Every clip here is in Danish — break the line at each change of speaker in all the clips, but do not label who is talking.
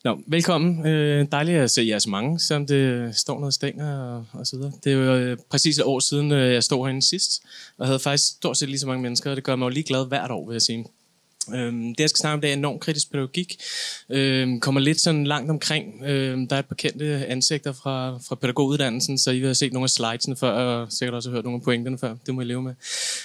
Velkommen. Dejligt at se jer så mange, som det står noget stænger og så videre. Det er jo præcis et år siden, jeg stod herinde sidst, og havde faktisk stort set lige så mange mennesker, og det gør mig jo lige glad hvert år, vil jeg sige. Det jeg skal snakke om, det er enormt kritisk pædagogik. Kommer lidt sådan langt omkring. Der er et par kendte ansigter fra pædagoguddannelsen, så I vil have set nogle af slidesene før, og sikkert også hørt nogle af pointerne før. Det må I leve med.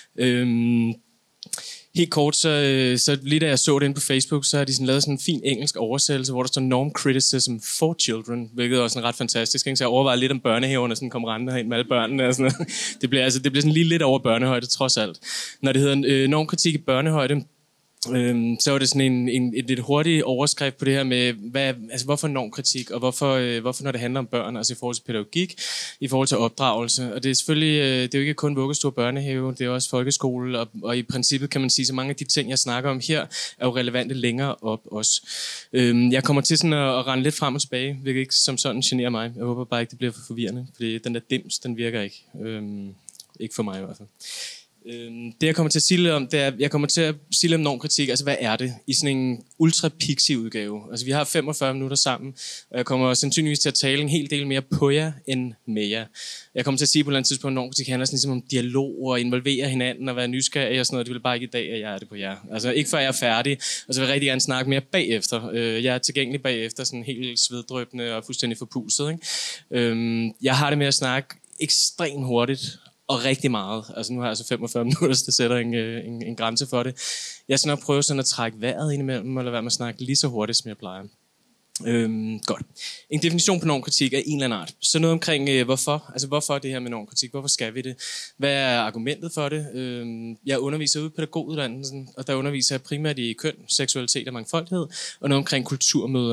Helt kort, så lige da jeg så det inde på Facebook, så har de sådan lavet sådan en fin engelsk oversættelse, hvor der står norm criticism for children, hvilket er også ret fantastisk. Ikke? Så jeg overvejede lidt om børnehaverne, sådan kom rendende herind med alle børnene. Og sådan noget. Det bliver sådan lige lidt over børnehøjde, trods alt. Når det hedder normkritik i børnehøjde, så var det sådan et lidt hurtigt overskrift på det her med, hvorfor normkritik, og hvorfor når det handler om børn, altså i forhold til pædagogik, i forhold til opdragelse. Og det er selvfølgelig, det er jo ikke kun vuggestue og børnehave, det er også folkeskole, og i princippet kan man sige, så mange af de ting, jeg snakker om her, er jo relevante længere op også. Jeg kommer til sådan at rende lidt frem og tilbage, hvilket ikke som sådan generer mig. Jeg håber bare ikke, det bliver for forvirrende, fordi den der dims, den virker ikke. Ikke for mig i hvert fald. Det jeg kommer til at sige om, det er, jeg kommer til at sige om normkritik, altså hvad er det i sådan en ultra pixie udgave. Altså vi har 45 minutter sammen, og jeg kommer sandsynligvis til at tale en hel del mere på jer end med jer. Jeg kommer til at sige på et eller andet tidspunkt, at normkritik handler sådan ligesom om dialog og involvere hinanden og være nysgerrig og sådan noget. Det vil bare ikke i dag, at jeg er det på jer. Altså ikke før jeg er færdig, og så vil jeg rigtig gerne snakke mere bagefter. Jeg er tilgængelig bagefter, sådan helt sveddrøbende og fuldstændig forpustet. Ikke? Jeg har det med at snakke ekstremt hurtigt og rigtig meget. Altså nu har jeg så 45 minutter, så det sætter en grænse for det. Jeg skal nok prøve sådan at trække vejret ind imellem, og lade være med at snakke lige så hurtigt, som jeg plejer. Godt. En definition på normkritik er en eller anden art. Så noget omkring hvorfor. Altså hvorfor det her med normkritik? Hvorfor skal vi det? Hvad er argumentet for det? Jeg underviser ude på pædagoguddannelsen, og der underviser jeg primært i køn, seksualitet og mangfoldighed, og noget omkring kulturmøder.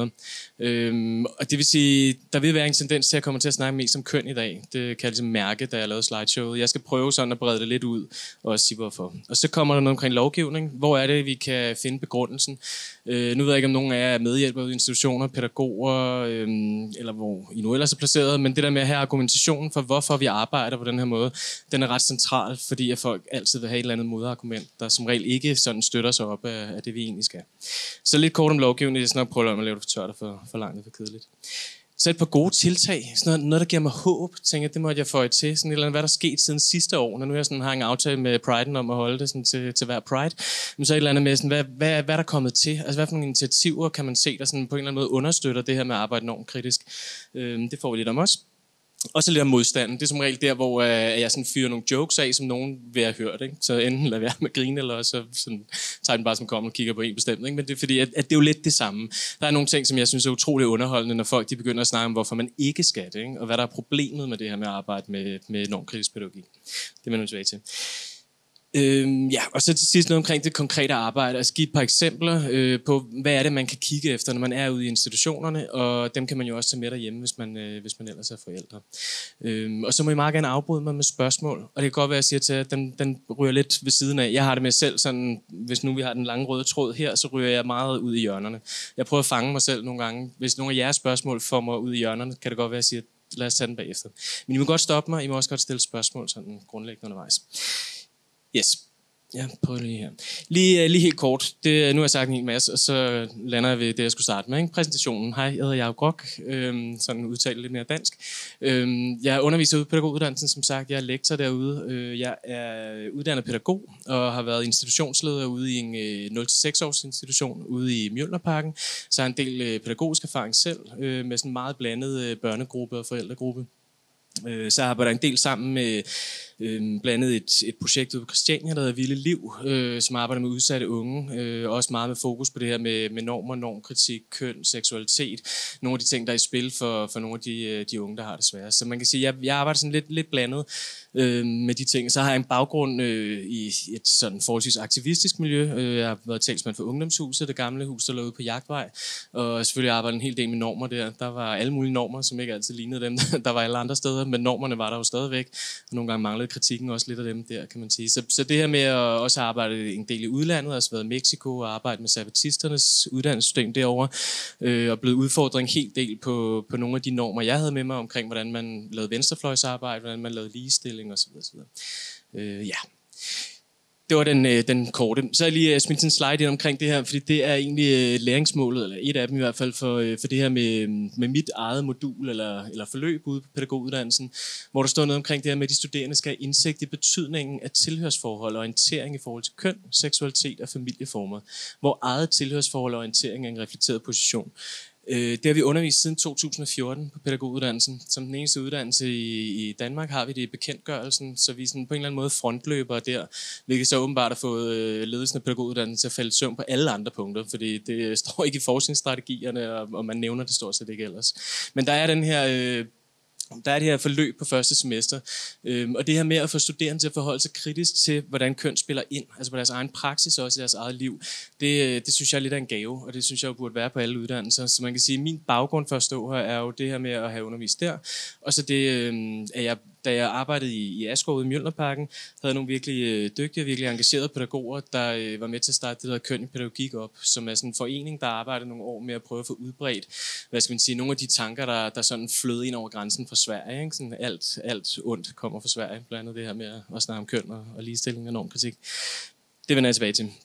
Og det vil sige, der vil være en tendens til at komme til at snakke mest om køn i dag. Det kan jeg ligesom mærke, da jeg lavede slideshowet. Jeg skal prøve sådan at brede det lidt ud, og også sige hvorfor. Og så kommer der noget omkring lovgivning. Hvor er det, vi kan finde begrundelsen? Nu ved jeg ikke, om nogen af jer er medhjælpere i institutioner, pædagoger, eller hvor I nu ellers er placeret, men det der med at have argumentationen for, hvorfor vi arbejder på den her måde, den er ret central, fordi at folk altid vil have et eller andet modargument, der som regel ikke sådan støtter sig op af det, vi egentlig skal. Så lidt kort om lovgivning, jeg skal nok prøve at lave det for tørt og for langt og for kedeligt. Så et par gode tiltag, sådan noget der giver mig håb, tænker jeg, det måtte jeg få til, sådan et eller andet, hvad der er sket siden sidste år, når nu jeg sådan har en aftale med Pride'en om at holde det sådan til hver Pride, men så et eller andet med, sådan, hvad er der kommet til, altså hvad for nogle initiativer kan man se, der sådan på en eller anden måde understøtter det her med at arbejde normkritisk. Det får vi lidt om os. Og så lidt om modstanden. Det er som regel der, hvor jeg sådan fyrer nogle jokes af, som nogen vil have hørt. Ikke? Så enten lader være med at grine, eller så sådan, tager den bare som kommer og kigger på en bestemt. Ikke? Men det er fordi, at det er jo lidt det samme. Der er nogle ting, som jeg synes er utrolig underholdende, når folk de begynder at snakke om, hvorfor man ikke skal det. Ikke? Og hvad der er problemet med det her med at arbejde med normkritisk pædagogik. Det vender vi tilbage til. Og så til sidst noget omkring det konkrete arbejde. Altså give et par eksempler på, hvad er det, man kan kigge efter, når man er ude i institutionerne, og dem kan man jo også tage med derhjemme, hvis man ellers er forældre. Og så må I meget gerne afbryde mig med spørgsmål, og det kan godt være, at jeg siger til at den ryger lidt ved siden af. Jeg har det med selv sådan, hvis nu vi har den lange røde tråd her, så ryger jeg meget ud i hjørnerne. Jeg prøver at fange mig selv nogle gange. Hvis nogle af jeres spørgsmål får mig ud i hjørnerne, kan det godt være, at jeg siger, lad os tage den bagefter. Men I må godt stoppe mig, I må også godt stille spørgsmål sådan grundlæggende undervejs. Yes. Ja, prøv lige her. Lige helt kort. Nu har jeg sagt en hel masse, og så lander jeg ved det, jeg skulle starte med. Ikke? Præsentationen. Hej, jeg hedder Jacob Grok. Sådan udtalt lidt mere dansk. Jeg underviser ude på pædagoguddannelsen, som sagt. Jeg er lektor derude. Jeg er uddannet pædagog, og har været institutionsleder ude i en 0-6 års institution ude i Mjølnerparken. Så har en del pædagogisk erfaring selv, med sådan en meget blandet børnegruppe og forældregruppe. Så arbejder jeg en del sammen med blandt andet et projekt ude på Christiania, der hedder Vilde Liv, som arbejder med udsatte unge, også meget med fokus på det her med normer, normkritik, køn, seksualitet, nogle af de ting, der er i spil for nogle af de unge, der har det svært. Så man kan sige, at jeg arbejder sådan lidt blandet med de ting. Så har jeg en baggrund i et sådan forholdsvis aktivistisk miljø. Jeg har været talsmand for Ungdomshuset, det gamle hus, der lå ude på Jagtvej, og selvfølgelig arbejdet en hel del med normer der. Der var alle mulige normer, som ikke altid lignede dem, der var alle andre steder, men normerne var der jo stadigvæk, og nogle gange manglede kritikken også lidt af dem der, kan man sige. Så det her med at også arbejde en del i udlandet, altså været i Mexico og arbejde med sabatisternes uddannelsessystem derovre, og blevet udfordret en hel del på nogle af de normer, jeg havde med mig omkring, hvordan man lavede venstrefløjsarbejde, hvordan man lavede ligestilling osv. Ja. Det var den korte. Så har jeg lige smidt en slide ind omkring det her, fordi det er egentlig læringsmålet, eller et af dem i hvert fald, for det her med mit eget modul eller forløb ude på pædagoguddannelsen, hvor der står noget omkring det her med, at de studerende skal have indsigt i betydningen af tilhørsforhold og orientering i forhold til køn, seksualitet og familieformer, hvor eget tilhørsforhold og orientering er en reflekteret position. Det har vi undervist siden 2014 på pædagoguddannelsen. Som den eneste uddannelse i Danmark har vi det i bekendtgørelsen, så vi er sådan på en eller anden måde frontløbere der, hvilket så åbenbart har fået ledelsen af pædagoguddannelsen til at falde i søvn på alle andre punkter, fordi det står ikke i forskningsstrategierne, og man nævner det stort set ikke ellers. Men der er det her forløb på første semester, og det her med at få studerende til at forholde sig kritisk til, hvordan køn spiller ind, altså på deres egen praksis og også i deres eget liv, det synes jeg er lidt af en gave, og det synes jeg jo burde være på alle uddannelser. Så man kan sige, at min baggrund for at stå her er jo det her med at have undervist der, og så det, da jeg arbejdede i Asgård ude i Mjølnerparken, havde jeg nogle virkelig dygtige og virkelig engagerede pædagoger, der var med til at starte det der Køn i Pædagogik op, som er sådan en forening, der arbejdede nogle år med at prøve at få udbredt, hvad skal man sige, nogle af de tanker, der sådan flød ind over grænsen fra Sverige. Ikke? Sådan alt ondt kommer fra Sverige, blandt andet det her med at snakke om køn og ligestilling og normkritik. Det vender jeg tilbage til.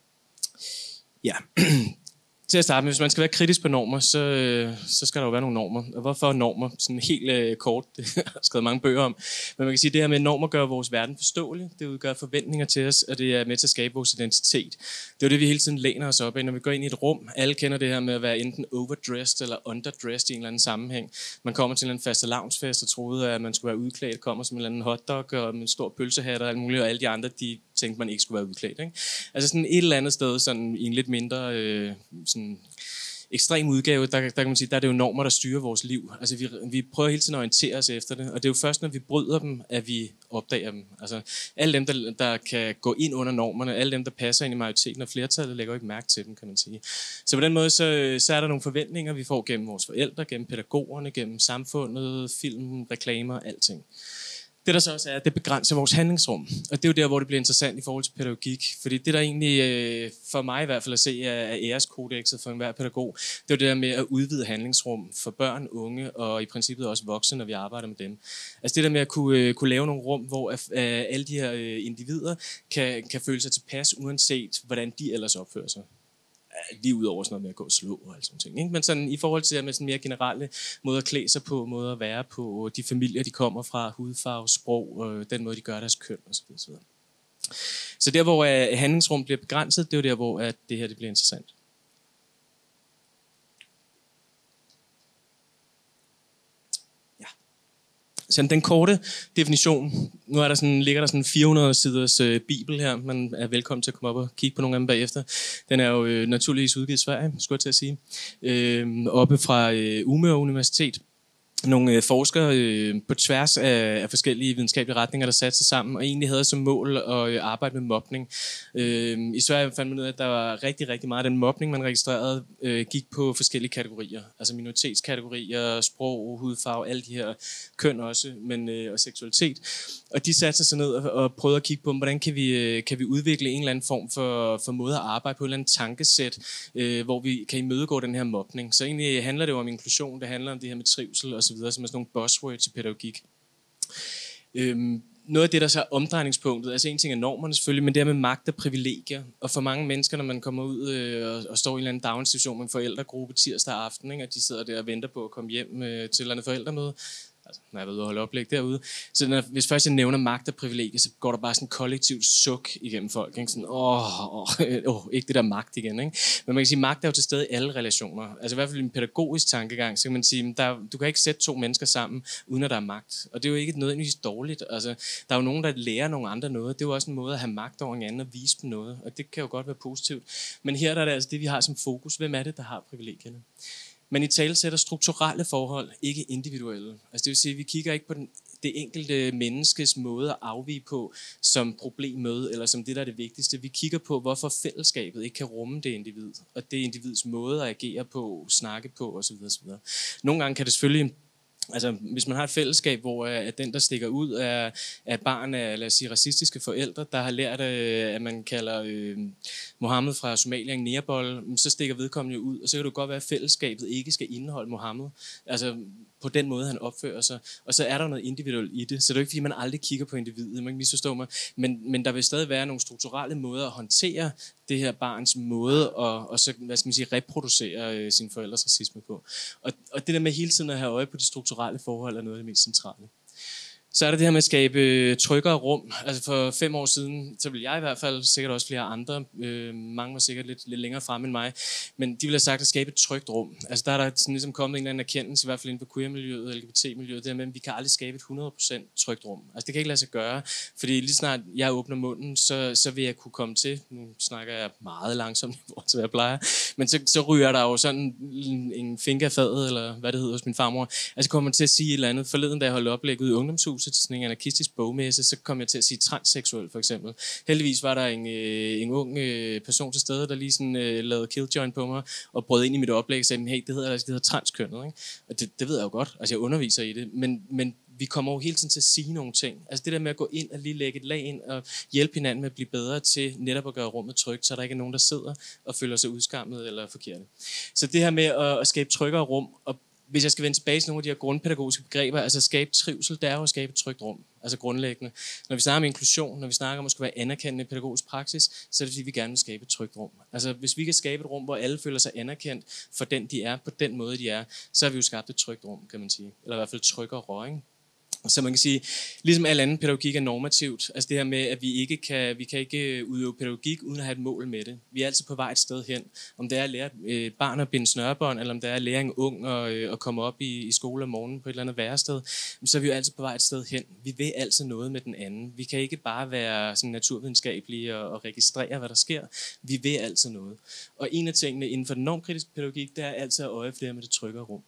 Ja. Til at starte med, hvis man skal være kritisk på normer, så skal der jo være nogle normer. Og hvorfor normer? Sådan helt kort, det har jeg skrevet mange bøger om. Men man kan sige, at det her med normer gør vores verden forståelig. Det udgør forventninger til os, og det er med til at skabe vores identitet. Det er jo det, vi hele tiden læner os op af, når vi går ind i et rum. Alle kender det her med at være enten overdressed eller underdressed i en eller anden sammenhæng. Man kommer til en fastelavnsfest og troede, at man skulle være udklædt, kommer som en eller anden hotdog og med en stor pølsehat og alt muligt, og alle de andre, de tænkte, man ikke skulle være udklædt. Ikke? Altså sådan et eller andet sted, sådan i en lidt mindre sådan ekstrem udgave, der kan man sige, der er det jo normer, der styrer vores liv. Altså vi prøver hele tiden at orientere os efter det, og det er jo først, når vi bryder dem, at vi opdager dem. Altså alle dem, der kan gå ind under normerne, alle dem, der passer ind i majoriteten og flertallet, lægger jo ikke mærke til dem, kan man sige. Så på den måde, så er der nogle forventninger, vi får gennem vores forældre, gennem pædagogerne, gennem samfundet, film, reklamer, alting. Det der så også er, det begrænser vores handlingsrum. Og det er jo der, hvor det bliver interessant i forhold til pædagogik. Fordi det der egentlig, for mig i hvert fald at se, er æreskodekset for enhver pædagog, det er jo det der med at udvide handlingsrum for børn, unge og i princippet også voksne, når vi arbejder med dem. Altså det der med at kunne lave nogle rum, hvor alle de her individer kan føle sig tilpas, uanset hvordan de ellers opfører sig. Lige ud over sådan noget med at gå og slå og alt sådan ting. Ikke? Men sådan, i forhold til det med sådan mere generelle måder at klæde sig på, måder at være på, de familier, de kommer fra, hudfarve, sprog, og den måde, de gør deres køn osv. Så der, hvor handlingsrum bliver begrænset, det er jo der, hvor det her det bliver interessant. Så den korte definition, nu er ligger der sådan 400 siders bibel her, man er velkommen til at komme op og kigge på nogle af dem bagefter. Den er jo naturligvis udgivet i Sverige, skulle jeg til at sige, oppe fra Umeå Universitet. Nogle forskere på tværs af forskellige videnskabelige retninger, der satte sig sammen og egentlig havde som mål at arbejde med mobning. I Sverige fandt man ud af, at der var rigtig, rigtig meget af den mobning, man registrerede, gik på forskellige kategorier. Altså minoritetskategorier, sprog, hudfarve, alle de her køn også, men og seksualitet. Og de satte sig ned og prøvede at kigge på, hvordan kan vi udvikle en eller anden form for måde at arbejde på, en eller anden tankesæt, hvor vi kan imødegå den her mobning. Så egentlig handler det jo om inklusion, det handler om det her med trivsel og så videre, som er sådan nogle buzzwords i pædagogik. Noget af det, der så er omdrejningspunktet, altså en ting er normerne selvfølgelig, men det er med magt og privilegier. Og for mange mennesker, når man kommer ud og står i en eller anden daginstitution med en forældregruppe tirsdag aften, ikke, og de sidder der og venter på at komme hjem til et eller andet forældremøde, altså, når jeg var ude og holde oplæg derude. Så hvis først jeg nævner magt og privilegier, så går der bare sådan en kollektivt suk igennem folk. Ikke? Sådan, ikke det der magt igen. Ikke? Men man kan sige, at magt er jo til stede i alle relationer. Altså i hvert fald i en pædagogisk tankegang, så kan man sige, du kan ikke sætte to mennesker sammen, uden at der er magt. Og det er jo ikke nødvendigvis dårligt. Altså, der er jo nogen, der lærer nogle andre noget. Det er jo også en måde at have magt over en anden og vise dem noget. Og det kan jo godt være positivt. Men her der er det altså det, vi har som fokus. Hvem er det, der har privilegierne? Men i tale sætter strukturelle forhold, ikke individuelle. Altså det vil sige, at vi kigger ikke på det enkelte menneskes måde at afvige på som problem med, eller som det, der er det vigtigste. Vi kigger på, hvorfor fællesskabet ikke kan rumme det individ, og det individs måde at agere på, snakke på osv. osv. Nogle gange kan det selvfølgelig, altså hvis man har et fællesskab, hvor den, der stikker ud, er et barn af, lad os sige, racistiske forældre, der har lært, at man kalder Mohammed fra Somalia en negerbolle, så stikker vedkommende ud, og så kan det godt være, at fællesskabet ikke skal indeholde Mohammed. Altså på den måde, han opfører sig. Og så er der noget individuelt i det. Så det er jo ikke, fordi man aldrig kigger på individet, man kan misforstå mig. Men der vil stadig være nogle strukturelle måder at håndtere det her barns måde og så, hvad skal man sige, reproducere sine forældres racisme på. Og det der med hele tiden at have øje på de strukturelle forhold er noget af det mest centrale. Så er der det her med at skabe tryggere rum. Altså for 5 år siden, så vil jeg i hvert fald, sikkert også flere andre, mange var sikkert lidt længere fremme end mig, men de ville have sagt at skabe et trygt rum. Altså der er der sådan ligesom kommet en eller anden erkendelse, i hvert fald inden for queer-miljøet, LGBT-miljøet, det her med, at vi kan aldrig skabe et 100% trygt rum. Altså det kan ikke lade sig gøre, fordi lige snart jeg åbner munden, så vil jeg kunne komme til, nu snakker jeg meget langsomt, til hvad jeg plejer, men så ryger der jo sådan en finger af fadet, eller hvad det hedder hos min farmor. Altså kommer man til at sige et eller andet. Forleden, da jeg holdt oplæg ude i ungdomshuset til sådan en anarkistisk bogmesse, så kom jeg til at sige transseksuel for eksempel. Heldigvis var der en ung person til stede, der lige sådan lavede killjoy på mig og brød ind i mit oplæg og sagde, hey, det hedder transkønnet, ikke? Og det ved jeg jo godt, altså jeg underviser i det, men vi kommer jo hele tiden til at sige nogle ting. Altså det der med at gå ind og lige lægge et lag ind og hjælpe hinanden med at blive bedre til netop at gøre rummet trygt, så der ikke er nogen, der sidder og føler sig udskammet eller forkerte. Så det her med at skabe tryggere rum, og hvis jeg skal vende tilbage til nogle af de her grundpædagogiske begreber, altså at skabe trivsel, det er jo at skabe et trygt rum, altså grundlæggende. Når vi snakker om inklusion, når vi snakker om at skulle være anerkendende i pædagogisk praksis, så er det fordi, vi gerne vil skabe et trygt rum. Altså hvis vi kan skabe et rum, hvor alle føler sig anerkendt for den, de er, på den måde, de er, så har vi jo skabt et trygt rum, kan man sige. Eller i hvert fald tryggere røring. Så man kan sige, ligesom al anden pædagogik er normativt, altså det her med, at vi kan ikke udøve pædagogik uden at have et mål med det. Vi er altid på vej et sted hen. Om det er at lære et barn at binde snørebånd, eller om det er at lære en ung at komme op i skole om morgenen på et eller andet værested, så er vi jo altid på vej et sted hen. Vi vil altid noget med den anden. Vi kan ikke bare være sådan naturvidenskabelige og registrere, hvad der sker. Vi vil altid noget. Og en af tingene inden for den normkritiske pædagogik, det er altid at øje for det her med det tryggere rum.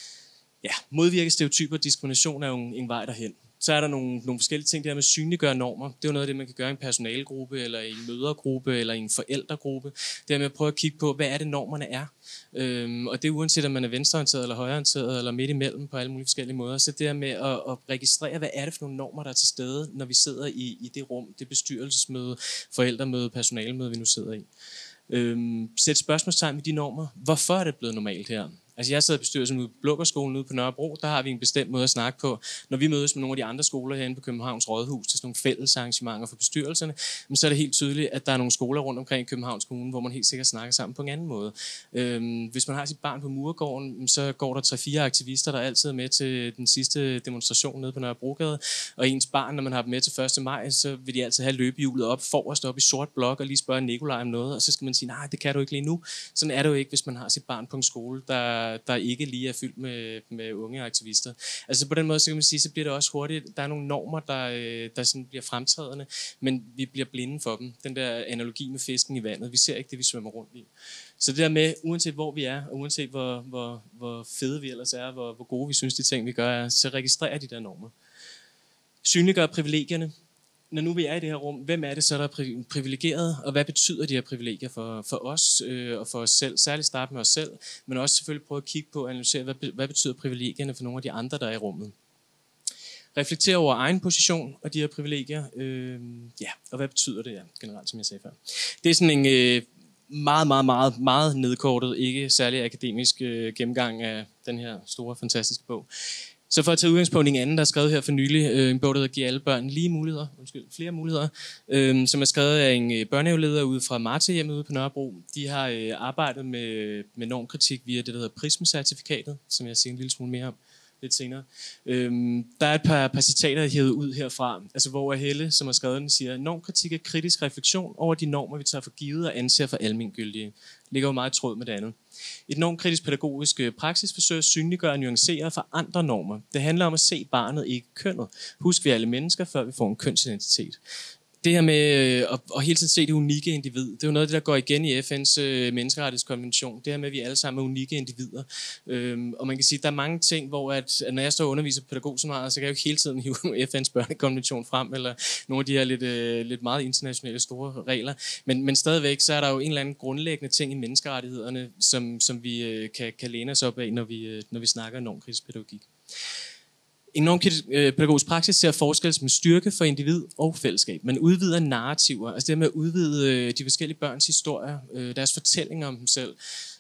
Ja, modvirke stereotyper og diskrimination er jo en vej derhen. Så er der nogle forskellige ting, det her med at synliggøre normer. Det er jo noget af det, man kan gøre i en personalegruppe, eller i en mødergruppe, eller i en forældregruppe. Det her med at prøve at kigge på, hvad er det normerne er. Og det er uanset, om man er venstreorienteret, eller højreorienteret, eller midt imellem på alle mulige forskellige måder. Så det her med at registrere, hvad er det for nogle normer, der er til stede, når vi sidder i det rum, det bestyrelsesmøde, forældremøde, personalemøde, vi nu sidder i. Sæt spørgsmålstegn ved de normer. Hvorfor er det blevet normalt her? Altså jeg sidder i bestyrelsen ude på Blågårdsskolen ude på Nørrebro, der har vi en bestemt måde at snakke på. Når vi mødes med nogle af de andre skoler herinde på Københavns Rådhus til sådan nogle fælles arrangementer for bestyrelserne, så er det helt tydeligt, at der er nogle skoler rundt omkring i Københavns Kommune, hvor man helt sikkert snakker sammen på en anden måde. Hvis man har sit barn på Muregården, så går der 3-4 aktivister, der altid er med til den sidste demonstration nede på Nørrebrogade, og ens barn, når man har dem med til 1. maj, så vil de altid have løbehjulet op forrest op i sort blok og lige spørge Nikolaj om noget, og så skal man sige, nej, det kan du ikke lige nu. Sådan er det jo ikke, hvis man har sit barn på en skole, der ikke lige er fyldt med unge aktivister. Altså på den måde, så kan man sige, så bliver det også hurtigt. Der er nogle normer, der sådan bliver fremtrædende, men vi bliver blinde for dem. Den der analogi med fisken i vandet. Vi ser ikke det, vi svømmer rundt i. Så det der med, uanset hvor vi er, og uanset hvor fede vi ellers er, hvor gode vi synes, de ting, vi gør er, så registrerer de der normer. Synliggør privilegierne. Når nu vi er i det her rum, hvem er det så, der er privilegeret, og hvad betyder de her privilegier for os og for os selv? Særligt starte med os selv, men også selvfølgelig prøve at kigge på og analysere, hvad betyder privilegierne for nogle af de andre, der er i rummet. Reflektere over egen position og de her privilegier, og hvad betyder det generelt, som jeg sagde før. Det er sådan en meget nedkortet, ikke særlig akademisk gennemgang af den her store, fantastiske bog. Så for at tage udgangspunkt i en anden, der er skrevet her for nylig, en bog, der giver alle børn flere muligheder, som er skrevet af en børnehaveleder ude fra Martehjemmet ude på Nørrebro. De har arbejdet med normkritik via det, der hedder Prism-certifikatet, som jeg siger en lille smule mere om lidt senere. Der er et par citater hævet ud herfra, altså hvor Helle, som har skrevet den, siger, normkritik er kritisk refleksion over de normer, vi tager for givet og anser for almengyldige. Ligger jo meget i tråd med det andet. Et normkritisk pædagogisk praksis forsøger at synliggøre og nuancere for andre normer. Det handler om at se barnet, ikke kønnet. Husk, vi er alle mennesker, før vi får en kønsidentitet. Det her med at hele tiden se det unikke individ, det er jo noget af det, der går igen i FN's menneskerettighedskonvention. Det her med, at vi alle sammen er unikke individer. Og man kan sige, at der er mange ting, hvor at når jeg står og underviser pædagog så meget, så kan jeg jo ikke hele tiden hive FN's børnekonvention frem, eller nogle af de her lidt meget internationale store regler. Men stadigvæk, så er der jo en eller anden grundlæggende ting i menneskerettighederne, som vi kan læne os op af, når vi snakker normkritisk pædagogik. En normpædagogisk praksis ser forskel som en styrke for individ og fællesskab. Man udvider narrativer, altså det med at udvide de forskellige børns historier, deres fortællinger om dem selv.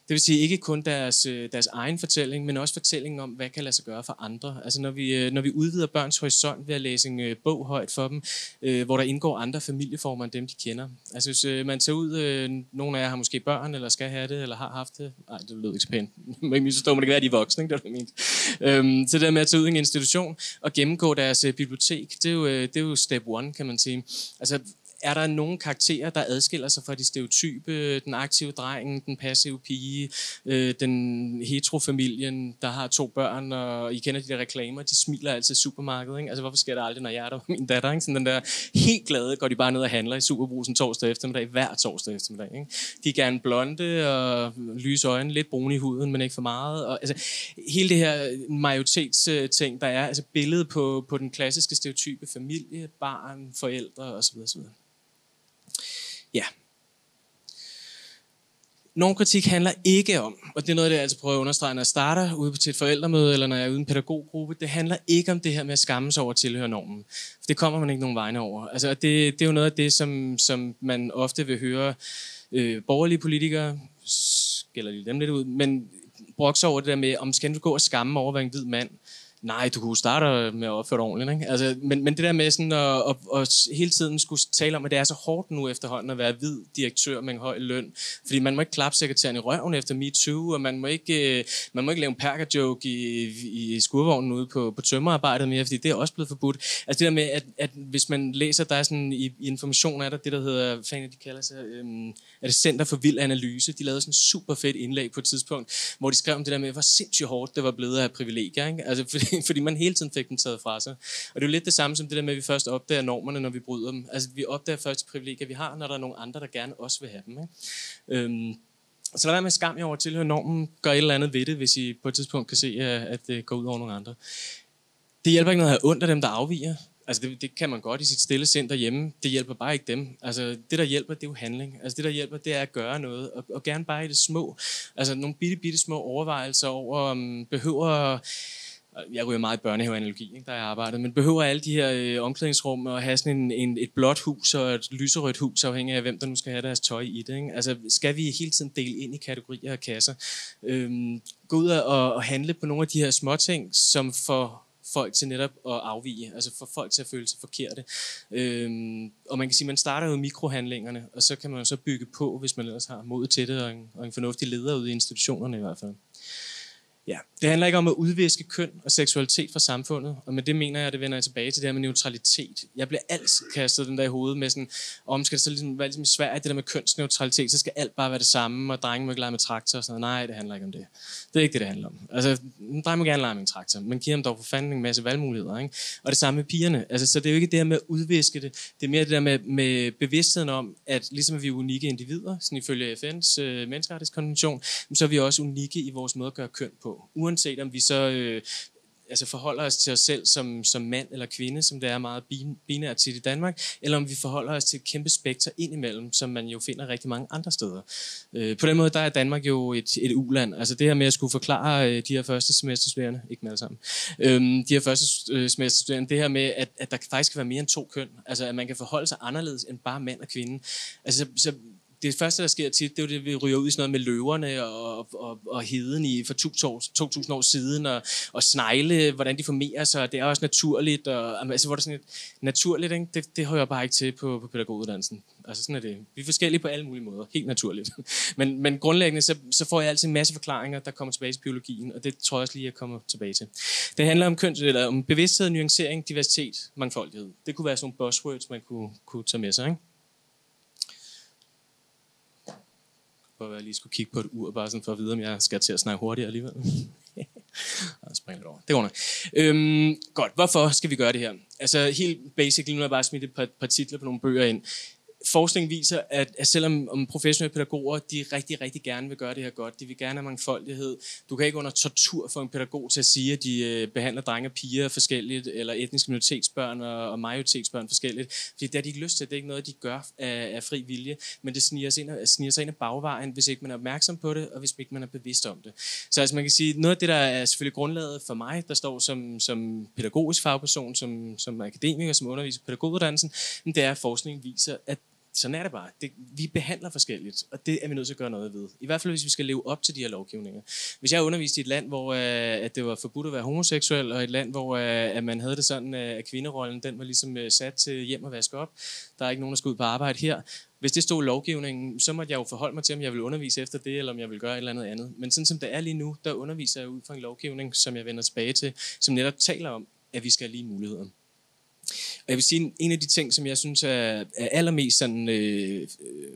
Det vil sige ikke kun deres egen fortælling, men også fortællingen om, hvad kan lade sig gøre for andre. Altså når vi udvider børns horisont ved at læse en bog højt for dem, hvor der indgår andre familieformer end dem, de kender. Altså hvis man tager ud, nogle af jer har måske børn, eller skal have det, eller har haft det. Nej, det lød ikke så pænt. Man kan misforstå, men det kan være, de er voksne, ikke? Det var det, jeg mente. Så det der med at tage ud i en institution og gennemgå deres bibliotek, det er jo step one, kan man sige. Altså, er der nogle karakterer, der adskiller sig fra de stereotype, den aktive dreng, den passive pige, den heterofamilien, der har 2 børn, og I kender de der reklamer, de smiler altid i supermarkedet, ikke? Altså hvorfor sker det aldrig, når jeg er der med min datter, ikke? Sådan den der helt glade, går de bare ned og handler i Superbrugsen torsdag eftermiddag, hver torsdag eftermiddag, ikke? De er gerne blonde og lyse øjne, lidt brune i huden, men ikke for meget. Og, altså, hele det her majoritetsting, der er, altså billedet på den klassiske stereotype familie, barn, forældre osv. osv. Ja. Normkritik handler ikke om, og det er noget, jeg altid prøver at understrege, når jeg starter ude til et forældremøde, eller når jeg er ude i en pædagoggruppe, det handler ikke om det her med at skamme sig over at tilhøre normen. For det kommer man ikke nogen vegne over. Altså, det er jo noget af det, som man ofte vil høre borgerlige politikere, skælder lige dem lidt ud, men brokser over det der med, om skal du gå og skamme over at være en hvid mand? Nej, du kunne starte med at opføre dig ordentligt, ikke? Altså, men det der med sådan at hele tiden skulle tale om, at det er så hårdt nu efterhånden at være hvid direktør med en høj løn, fordi man må ikke klappe sekretæren i røven efter MeToo, og man må ikke lave en perker-joke i skurvognen ude på tømmerarbejdet mere, fordi det er også blevet forbudt. Altså det der med, at hvis man læser, der er sådan i Information, er der det, der hedder, hvad fanden de kalder sig, er det Center for Vild Analyse, de lavede sådan en super fedt indlæg på et tidspunkt, hvor de skrev om det der med, hvor sindssygt hårdt det var blevet af privilegier, ikke? Altså fordi man hele tiden fik dem taget fra sig. Og det er jo lidt det samme som det der med, at vi først opdager normerne, når vi bryder dem. Altså vi opdager først de privilegier, vi har, når der er nogle andre, der gerne også vil have dem, ikke? Så lad være med skam jer over at tilhøre normen. Gør et eller andet ved det, hvis I på et tidspunkt kan se, at det går ud over nogle andre. Det hjælper ikke noget at have ondt af dem, der afviger. Altså det kan man godt i sit stille sind derhjemme. Det hjælper bare ikke dem. Altså det, der hjælper, det er jo handling. Altså det, der hjælper, det er at gøre noget. Og gerne bare i det små. Altså nogle bitte små overvejelser over, om behøver... Jeg ryger meget i børnehaveanalogi, ikke, der jeg arbejdet, men behøver alle de her omklædningsrum at have sådan et blåt hus og et lyserødt hus, afhængig af hvem der nu skal have deres tøj i det, ikke? Altså skal vi hele tiden dele ind i kategorier og kasser? Gå ud og handle på nogle af de her småting, som får folk til netop at afvige, altså får folk til at føle sig forkerte. Og man kan sige, man starter jo mikrohandlingerne, og så kan man jo så bygge på, hvis man ellers har mod til det, og en fornuftig leder ude i institutionerne i hvert fald. Ja, det handler ikke om at udviske køn og seksualitet fra samfundet, og med det mener jeg, at det vender jeg tilbage til det her med neutralitet. Jeg bliver altid kastet den der i hovedet med sådan, skal det så ligesom være ligesom i Sverige, det der med kønsneutralitet, så skal alt bare være det samme, og drenge må ikke lege med traktor og sådan noget. Nej, det handler ikke om det. Det er ikke det handler om. Altså, drenge må gerne lege med en traktor, men giver dem dog for fanden en masse valgmuligheder, ikke? Og det samme med pigerne. Altså, så det er jo ikke det her med at udviske det, det er mere det der med bevidstheden om, at ligesom vi er unikke individer, sådan ifølge FN's menneskerettighedskonvention, så er vi også unikke i vores måde at gøre køn på. Uanset om vi så forholder os til os selv som mand eller kvinde, som det er meget binært tit i Danmark, eller om vi forholder os til et kæmpe spekter indimellem, som man jo finder rigtig mange andre steder. På den måde, der er Danmark jo et uland. Altså det her med at skulle forklare de her første semesterstuderende, ikke med alle sammen, de her første semesterstuderende, det her med, at der faktisk kan være mere end 2 køn. Altså at man kan forholde sig anderledes end bare mand og kvinde. Altså så det første, der sker tit, det er jo det, vi ryger ud i sådan noget med løverne og heden for 2000 år siden, og snegle, hvordan de formerer sig, det er også naturligt, og altså, hvor det er sådan et naturligt, ikke? Det hører bare ikke til på pædagoguddannelsen. Altså sådan er det. Vi er forskellige på alle mulige måder, helt naturligt. Men grundlæggende, så får jeg altid en masse forklaringer, der kommer tilbage til biologien, og det tror jeg også lige, jeg kommer tilbage til. Det handler om bevidsthed, nuancering, diversitet, mangfoldighed. Det kunne være sådan nogle buzzwords, man kunne tage med sig, ikke? Hvor jeg lige skulle kigge på et ur, bare sådan for at vide, om jeg skal til at snakke hurtigere alligevel. Jeg springer lidt over. Det går nok. Godt, hvorfor skal vi gøre det her? Altså helt basic, nu har jeg bare smidt et par titler på nogle bøger ind. Forskning viser, at selvom professionelle pædagoger, de rigtig gerne vil gøre det her godt, de vil gerne have mangfoldighed. Du kan ikke under tortur få en pædagog til at sige, at de behandler drenge og piger forskelligt, eller etniske minoritetsbørn og majoritetsbørn forskelligt. Fordi det har de ikke lyst til, det er ikke noget, de gør af fri vilje, men det sniger sig ind ad bagvejen, hvis ikke man er opmærksom på det, og hvis ikke man er bevidst om det. Så altså man kan sige, noget af det, der er selvfølgelig grundlaget for mig, der står som pædagogisk fagperson, som akademiker, som underviser på pædagoguddannelsen, det er, at forskningen viser, at sådan er det bare. Vi behandler forskelligt, og det er vi nødt til at gøre noget ved. I hvert fald, hvis vi skal leve op til de her lovgivninger. Hvis jeg underviste i et land, hvor at det var forbudt at være homoseksuel, og et land, hvor at man havde det sådan, at kvinderollen, den var ligesom sat til hjem og vaske op. Der er ikke nogen, der skal ud på arbejde her. Hvis det stod i lovgivningen, så måtte jeg jo forholde mig til, om jeg vil undervise efter det, eller om jeg vil gøre et eller andet. Men sådan som det er lige nu, der underviser jeg ud fra en lovgivning, som jeg vender tilbage til, som netop taler om, at vi skal have lige muligheder. Og jeg vil sige, en af de ting, som jeg synes er allermest sådan, det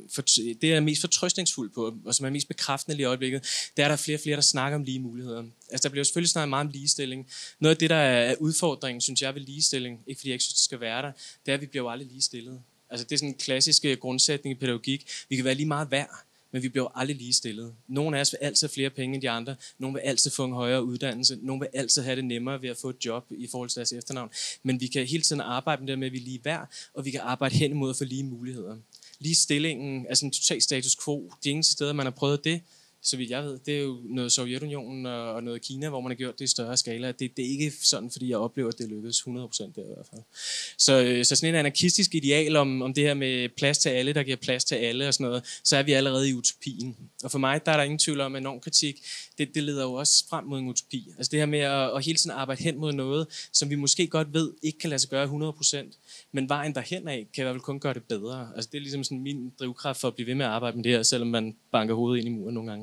er mest fortrøstningsfuldt på, og som er mest bekræftende lige i øjeblikket, det er, at der er flere og flere, der snakker om lige muligheder. Altså, der bliver jo selvfølgelig snakket meget om ligestilling. Noget af det, der er udfordringen, synes jeg, ved ligestilling, ikke fordi jeg ikke synes, det skal være der, det er, at vi bliver jo aldrig ligestillet. Altså, det er sådan en klassisk grundsætning i pædagogik. Vi kan være lige meget værd, men vi bliver jo aldrig ligestillet. Nogle af os vil altid have flere penge end de andre. Nogle vil altid få en højere uddannelse. Nogle vil altid have det nemmere ved at få et job i forhold til deres efternavn. Men vi kan hele tiden arbejde med det med, at vi er lige værd, og vi kan arbejde hen imod at få lige muligheder. Ligestillingen er sådan en total status quo. De eneste steder, man har prøvet det, så vidt jeg ved, det er jo noget Sovjetunionen og noget Kina, hvor man har gjort det i større skala. Det er ikke sådan, fordi jeg oplever, at det lykkedes 100% der i hvert fald. Så sådan en anarkistisk ideal om det her med plads til alle, der giver plads til alle og sådan noget, så er vi allerede i utopien. Og for mig, der er der ingen tvivl om, at normkritik, det leder jo også frem mod en utopi. Altså det her med at hele tiden arbejde hen mod noget, som vi måske godt ved, ikke kan lade sig gøre 100%, men vejen derhen af, kan i hvert fald kun gøre det bedre. Altså det er ligesom sådan min drivkraft for at blive ved med at arbejde med det her, selvom man banker hovedet ind i muren nogle gange.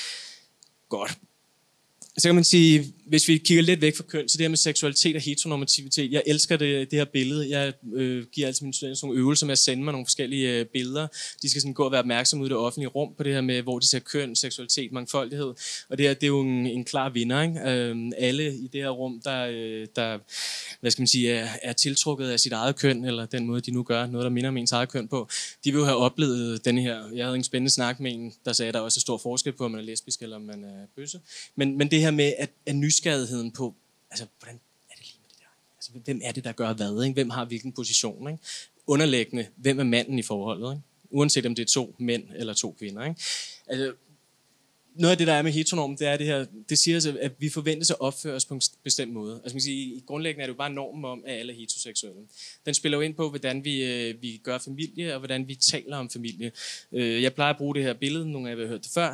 Godt. Så kan man sige, hvis vi kigger lidt væk fra køn, så det her med seksualitet og heteronormativitet, jeg elsker det her billede. Jeg giver altid mine studerende nogle øvelser med at sende mig nogle forskellige billeder. De skal sådan gå og være opmærksomme ude i det offentlige rum på det her med, hvor de ser køn, seksualitet, mangfoldighed. Og det her, det er jo en klar vinder, ikke? Alle i det her rum, der hvad skal man sige, er tiltrukket af sit eget køn, eller den måde, de nu gør, noget, der minder om ens eget køn på, de vil jo have oplevet denne her. Jeg havde en spændende snak med en, der sagde, at der også er stor forskel på, om man er lesbisk eller om man er bøsse. Men det her med, at nysgerrigheden på, altså, hvordan er det lige med det der? Altså, hvem er det, der gør hvad? Ikke? Hvem har hvilken position? Ikke? Underliggende, hvem er manden i forholdet? Ikke? Uanset om det er 2 mænd eller 2 kvinder. Ikke? Altså, noget af det, der er med heteronormen, det er det her, det siger altså, at vi forventes at opføre os på en bestemt måde. Altså, man kan sige, i grundlæggende er det jo bare normen om, at alle er heteroseksuelle. Den spiller jo ind på, hvordan vi gør familie, og hvordan vi taler om familie. Jeg plejer at bruge det her billede, nogle af jer har hørt det før.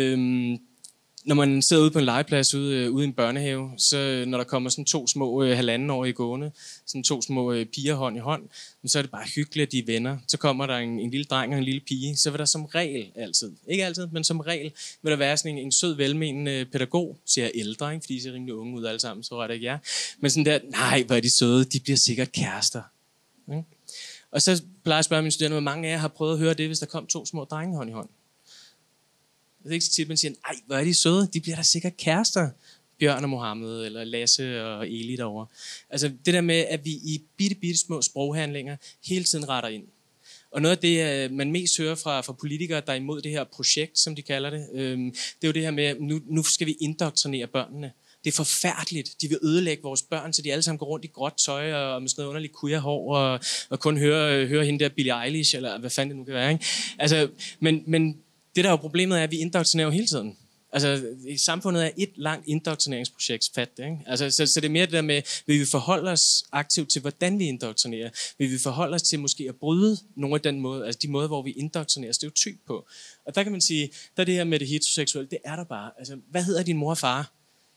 Når man sidder ude på en legeplads ude i en børnehave, så når der kommer sådan 2 små halvandenårige gående, sådan 2 små piger hånd i hånd, så er det bare hyggeligt, at de er venner. Så kommer der en lille dreng og en lille pige, så vil der som regel altid, ikke altid, men som regel, vil der være sådan en sød, velmenende pædagog, siger jeg ældre, ikke? Fordi de ser rimelig unge ud alle sammen, så er det ikke jer. Men sådan der, nej, hvor er de søde, de bliver sikkert kærester. Okay? Og så plejer jeg at spørge mine studerende, hvor mange af jer har prøvet at høre det, hvis der kom 2 små drenge hånd i hånd. Det er ikke så tit, man siger, ej, hvor er de søde, de bliver da sikkert kærester. Bjørn og Mohammed, eller Lasse og Eli derovre. Altså det der med, at vi i bitte små sproghandlinger hele tiden retter ind. Og noget af det, man mest hører fra politikere, der er imod det her projekt, som de kalder det, det er jo det her med, at nu skal vi indoktrinere børnene. Det er forfærdeligt. De vil ødelægge vores børn, så de alle sammen går rundt i gråt tøj og med sådan noget underligt queer-hår og kun høre hende der Billie Eilish, eller hvad fanden det nu kan være. Ikke? Altså, men det der er jo problemet er, at vi indoktrinerer jo hele tiden. Altså, samfundet er et langt indoktrineringsprojekt, fat det, ikke? Altså, så det er mere det der med, vil vi forholde os aktivt til, hvordan vi indoktrinerer? Vil vi forholde os til måske at bryde nogle af den måde, altså de måder, hvor vi indoktrinerer stereotyp på? Og der kan man sige, der er det her med det heteroseksuelle, det er der bare. Altså, hvad hedder din mor og far?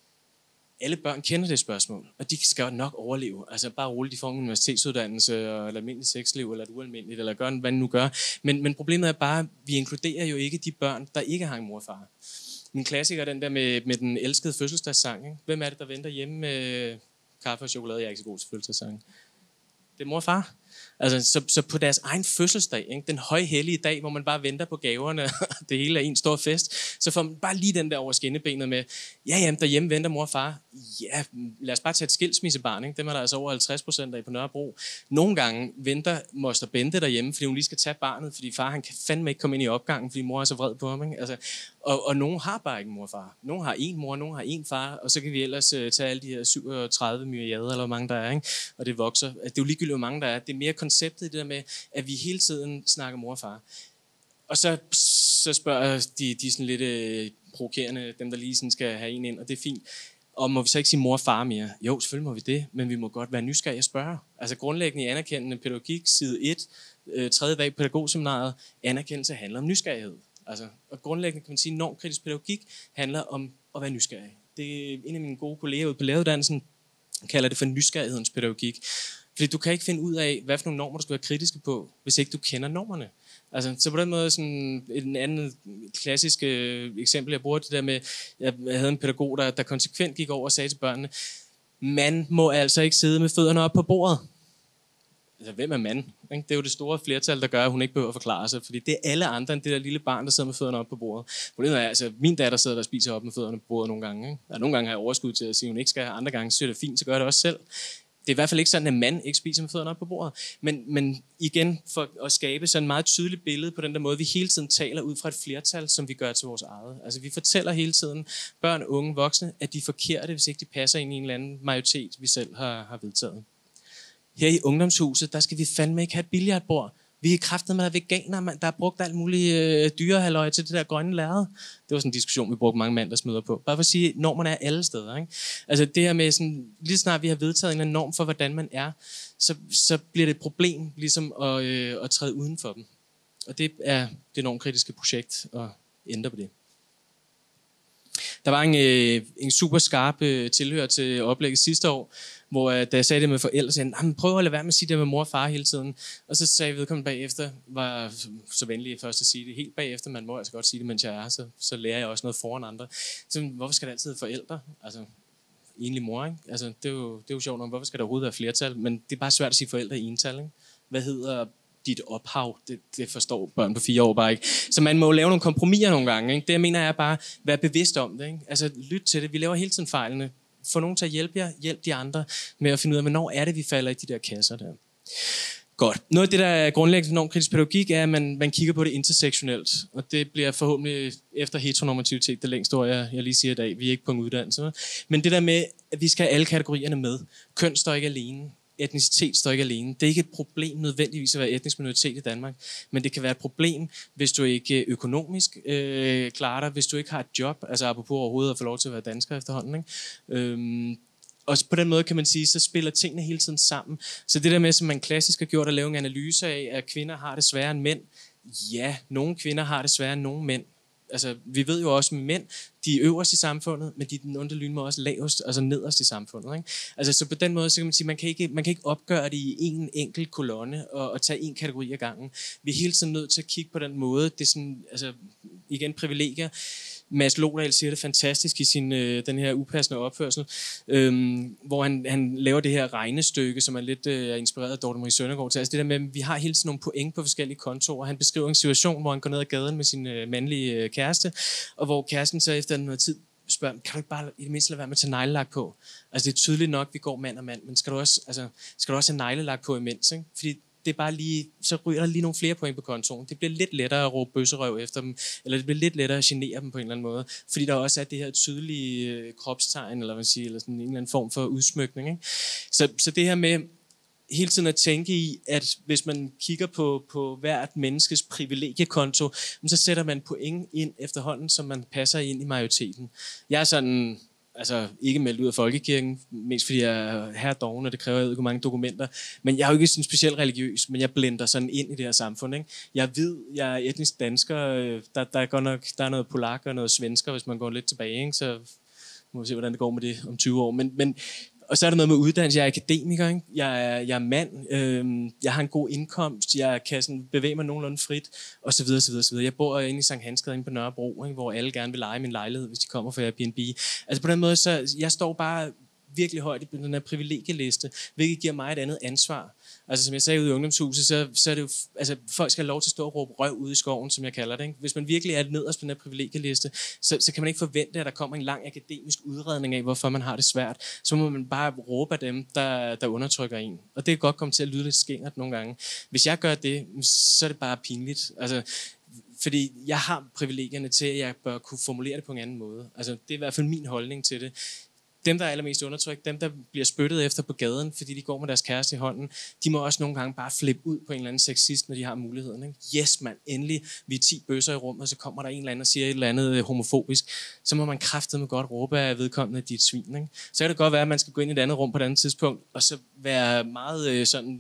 Alle børn kender det spørgsmål, og de skal jo nok overleve. Altså bare roligt, de får en universitetsuddannelse, eller almindelig sexliv, eller et ualmindeligt, eller gør hvad de nu gør. Men problemet er bare, at vi inkluderer jo ikke de børn, der ikke har en mor og far. Min klassiker er den der med den elskede fødselsdagssang. Ikke? Hvem er det, der venter hjemme med kaffe og chokolade? Jeg er ikke så god til fødselsdagssang. Det er mor og far. Altså, så på deres egen fødselsdag, ikke? Den højhellige dag, hvor man bare venter på gaverne, det hele er en stor fest, så får man bare lige den der over skinnebenet med, ja, derhjemme venter mor og far. Ja, lad os bare tage et skilsmissebarn, ikke? Dem er der altså over 50% af på Nørrebro. Nogle gange venter moster Bente derhjemme, fordi hun lige skal tage barnet, fordi far han kan fandme ikke komme ind i opgangen, fordi mor er så vred på ham. Ikke? Altså, og nogen har bare ikke mor og far. Nogen har en mor, nogen har en far, og så kan vi ellers tage alle de her 37 myriader, eller hvor mange der er, ikke? Og det vokser. Det er jo ligegyldigt, hvor mange der er. Det er mere konceptet i det der med, at vi hele tiden snakker mor og far. Og så spørger de sådan lidt provokerende, dem der lige sådan skal have en ind, og det er fint. Og må vi så ikke sige mor og far mere? Jo, selvfølgelig må vi det, men vi må godt være nysgerrige og spørge. Altså grundlæggende i anerkendende pædagogik, side 1, tredje dag på pædagogseminaret, anerkendelse handler om nysgerrighed. Altså, og grundlæggende kan man sige, at normkritisk pædagogik handler om at være nysgerrig. Det er en af mine gode kolleger ude på læreruddannelsen, kalder det for nysgerrighedens pædagogik. Fordi du kan ikke finde ud af, hvad for nogle normer, du skal være kritiske på, hvis ikke du kender normerne. Altså, så på den måde, sådan en anden klassisk eksempel, jeg bruger det der med, jeg havde en pædagog, der konsekvent gik over og sagde til børnene, man må altså ikke sidde med fødderne op på bordet. Altså, hvem er mand? Det er jo det store flertal, der gør, at hun ikke behøver at forklare sig, fordi det er alle andre end det der lille barn, der sidder med fødderne op på bordet. Problemet er, altså, min datter sidder der og spiser op med fødderne på bordet nogle gange. Ikke? Og nogle gange har jeg overskud til at sige, at hun ikke skal, andre gange synes det er fint, så gør jeg det også selv. Det er i hvert fald ikke sådan, at mand ikke spiser med fødderne op på bordet. Men igen, for at skabe sådan et meget tydeligt billede på den der måde, vi hele tiden taler ud fra et flertal, som vi gør til vores eget. Altså vi fortæller hele tiden børn, unge, voksne, at de er forkerte, hvis ikke de passer ind i en eller anden majoritet, vi selv har vedtaget. Her i ungdomshuset, der skal vi fandme ikke have et billiardbord. Vi er kraftedeme med veganer, der har brugt alt muligt dyrehalløj til det der grønne lærred. Det var sådan en diskussion, vi brugte mange mandagsmøder på. Bare for at sige, at normerne er alle steder. Ikke? Altså det her med, sådan, lige snart vi har vedtaget en norm for, hvordan man er, så bliver det et problem ligesom at træde uden for dem. Og det er det normkritiske projekt at ændre på det. Der var en super skarp tilhør til oplægget sidste år, hvor da jeg sagde det med forældre, så sagde han, prøv at lade være med at sige det med mor og far hele tiden. Og så sagde vedkommende bagefter, var så venlig først at sige det helt bagefter, man må altså godt sige det, mens jeg er, så lærer jeg også noget foran andre. Så hvorfor skal der altid være forældre? Altså, egentlig mor, ikke? Altså, det er jo sjovt nok, hvorfor skal der overhovedet være flertal? Men det er bare svært at sige forældre i ental, ikke? Hvad hedder dit ophav? Det forstår børn på 4 år bare ikke. Så man må jo lave nogle kompromiser nogle gange, ikke? Det jeg mener er bare, være bevidst om det, ikke? Altså, lyt til det. Vi laver hele tiden fejlene. Få nogen til at hjælpe jer, hjælp de andre med at finde ud af, hvornår er det, vi falder i de der kasser der. Godt. Noget af det, der er grundlæggende for normkritisk pædagogik, er, at man kigger på det intersektionelt. Og det bliver forhåbentlig efter heteronormativitet det længste ord, jeg lige siger i dag. Vi er ikke på en uddannelse. Men det der med, at vi skal have alle kategorierne med. Køn står ikke alene. Etnicitet står ikke alene. Det er ikke et problem nødvendigvis at være etnisk minoritet i Danmark, men det kan være et problem, hvis du ikke økonomisk klarer dig, hvis du ikke har et job, altså apropos overhovedet at få lov til at være dansker efterhånden. Ikke? Og på den måde kan man sige, så spiller tingene hele tiden sammen. Så det der med, som man klassisk har gjort at lave en analyse af, at kvinder har det sværere end mænd. Ja, nogle kvinder har det sværere end nogle mænd. Altså, vi ved jo også med mænd, de er øverst i samfundet, men de er den underlyn også lavest, altså nederst i samfundet. Ikke? Altså, så på den måde, så kan man sige, man kan ikke opgøre det i en enkelt kolonne og tage en kategori ad gangen. Vi er hele tiden nødt til at kigge på den måde. Det er sådan, altså, igen, privilegier. Mads Lodal siger det fantastisk i sin den her upassende opførsel, hvor han laver det her regnestykke, som er lidt inspireret af Dorte Marie Søndergaard til. Altså det der med, at vi har hele tiden nogle point på forskellige kontorer. Han beskriver en situation, hvor han går ned ad gaden med sin mandlige kæreste, og hvor kæresten så efter noget tid spørger, kan du ikke bare i det mindste lade være med at tage neglelak på? Altså det er tydeligt nok, at vi går mand og mand, men skal du også have neglelak på imens? Ikke? Fordi det er bare lige, så ryger der lige nogle flere point på kontoen. Det bliver lidt lettere at råbe bøsserøv efter dem, eller det bliver lidt lettere at genere dem på en eller anden måde, fordi der også er det her tydelige kropstegn, eller hvad siger, eller sådan en eller anden form for udsmykning. Ikke? Så det her med hele tiden at tænke i, at hvis man kigger på hvert menneskes privilegiekonto, så sætter man point ind efterhånden, som man passer ind i majoriteten. Jeg er sådan, altså ikke meldt ud af folkekirken, mest fordi jeg er herredoven, og det kræver ikke mange dokumenter. Men jeg er jo ikke sådan specielt religiøs, men jeg blender sådan ind i det her samfund. Ikke? Jeg ved, jeg er etnisk dansker, der er godt nok, der er noget polak og noget svensker, hvis man går lidt tilbage, ikke? Så må vi se, hvordan det går med det om 20 år. Men og så er der noget med uddannelse. Jeg er akademiker, ikke? Jeg er mand, jeg har en god indkomst, jeg kan sådan bevæge mig nogenlunde frit, og så videre, så videre, så videre. Jeg bor inde i Sankt Hansgade inde på Nørrebro, ikke? Hvor alle gerne vil leje min lejlighed, hvis de kommer fra Airbnb. Altså på den måde, så jeg står bare virkelig højt i den her privilegieliste, hvilket giver mig et andet ansvar. Altså som jeg sagde ude i ungdomshuset, så er det jo, altså folk skal have lov til at stå og råbe røv ude i skoven, som jeg kalder det. Ikke? Hvis man virkelig er nederst på den her privilegieliste, så kan man ikke forvente, at der kommer en lang akademisk udredning af, hvorfor man har det svært. Så må man bare råbe af dem, der undertrykker en. Og det kan godt komme til at lyde lidt skingert nogle gange. Hvis jeg gør det, så er det bare pinligt. Altså, fordi jeg har privilegierne til, at jeg bør kunne formulere det på en anden måde. Altså, det er i hvert fald min holdning til det. Dem, der er allermest undertrykt, dem, der bliver spyttet efter på gaden, fordi de går med deres kæreste i hånden, de må også nogle gange bare flippe ud på en eller anden sexist, når de har muligheden. Ikke? Yes, mand, endelig, vi er 10 bøsser i rummet, og så kommer der en eller anden og siger et eller andet homofobisk. Så må man kraftedeme godt råbe af vedkommende, at de er et svin. Ikke? Så kan det godt være, at man skal gå ind i et andet rum på et andet tidspunkt, og så være meget sådan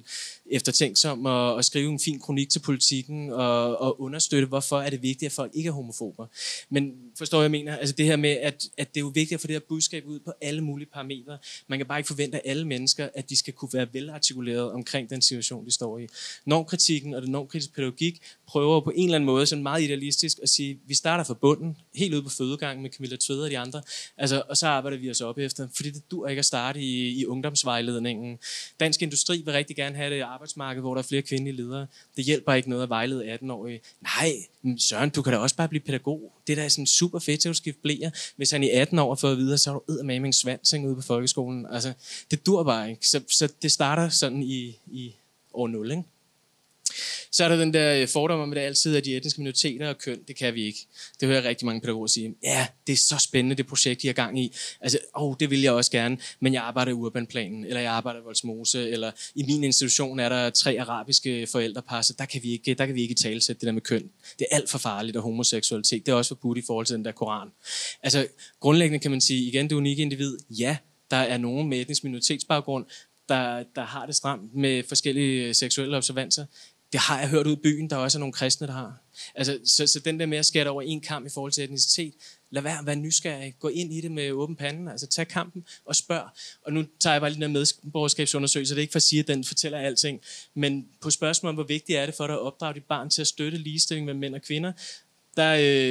eftertænksom og skrive en fin kronik til Politikken og understøtte, hvorfor er det vigtigt, at folk ikke er homofober. Men forstår jeg mener? Altså det her med, at det er jo vigtigt at få det her budskab ud på alle mulige parametre. Man kan bare ikke forvente af alle mennesker, at de skal kunne være velartikuleret omkring den situation, de står i. Normkritikken og den normkritiske pædagogik prøver på en eller anden måde, sådan meget idealistisk, at sige, vi starter fra bunden, helt ude på fødegangen med Camilla Tvede og de andre, altså, og så arbejder vi os op efter, fordi det dur ikke at starte i ungdomsvejledningen. Dansk Industri vil rigtig gerne have det arbejdsmarked, hvor der er flere kvindelige ledere. Det hjælper ikke noget at vejlede 18-årige. Nej, Søren, du kan da også bare blive pædagog. Det der er sådan super fedt til at skifte bleer. Hvis han i 18 år får at vide, så er du eddermame en svans ude på folkeskolen. Altså, det dur bare ikke. Så det starter sådan i år 0, ikke? Så er der den der fordom om, at det altid er de etniske minoriteter og køn. Det kan vi ikke. Det hører jeg rigtig mange pædagoger sige. Ja, det er så spændende, det projekt, I har gang i. Altså, det vil jeg også gerne, men jeg arbejder i Urbanplanen, eller jeg arbejder i Vollsmose, eller i min institution er der 3 arabiske forældrepar, så der kan vi ikke talsætte det der med køn. Det er alt for farligt, og homoseksualitet, det er også forbudt i forhold til den der Koran. Altså, grundlæggende kan man sige, igen, det unikke individ, ja, der er nogen med etnisk minoritetsbaggrund, der har det stramt med forskellige seksuelle observanser. Det har jeg hørt ud i byen, der også er nogle kristne, der har. Altså, så den der med at skære over en kamp i forhold til etnicitet, lad være nysgerrig, gå ind i det med åben panden, altså tag kampen og spørg. Og nu tager jeg bare lige den der medborgerskabsundersøgelse, det er ikke for at sige, at den fortæller alting, men på spørgsmålet om, hvor vigtigt er det for dig at opdrage dit barn til at støtte ligestilling med mænd og kvinder, der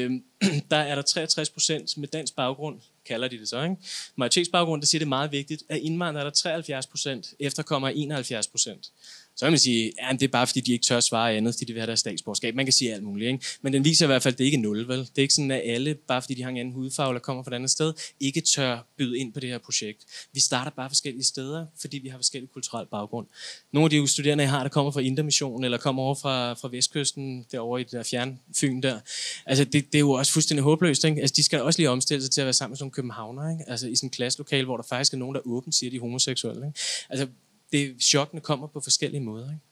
er der 63% med dansk baggrund, kalder de det så, ikke? Majoritetsbaggrund, der siger, det er meget vigtigt. Af indvandrere er der 73%, efterkommer 71%. Så kan man sige, at det er bare fordi, de ikke tør svare andet, fordi de vil have deres statsborgerskab. Man kan sige alt muligt, ikke? Men den viser i hvert fald, at det ikke er 0, vel? Det er ikke sådan, at alle, bare fordi de har en anden hudfarve eller kommer fra et andet sted, ikke tør byde ind på det her projekt. Vi starter bare forskellige steder, fordi vi har forskellig kulturel baggrund. Nogle af de studerende, jeg har, der kommer fra Indre Mission, eller kommer over fra Vestkysten, derovre i det der fjernfyn der. Altså, det er jo også fuldstændig håbløst, ikke? Altså, de skal også lige omstille sig til at være sammen med sådan nogle københavner, ikke? Altså, i sådan en klasselokale, hvor der faktisk er nogen, der åbent siger, de er homoseksuelle, ikke? Altså, chokkene kommer på forskellige måder, ikke?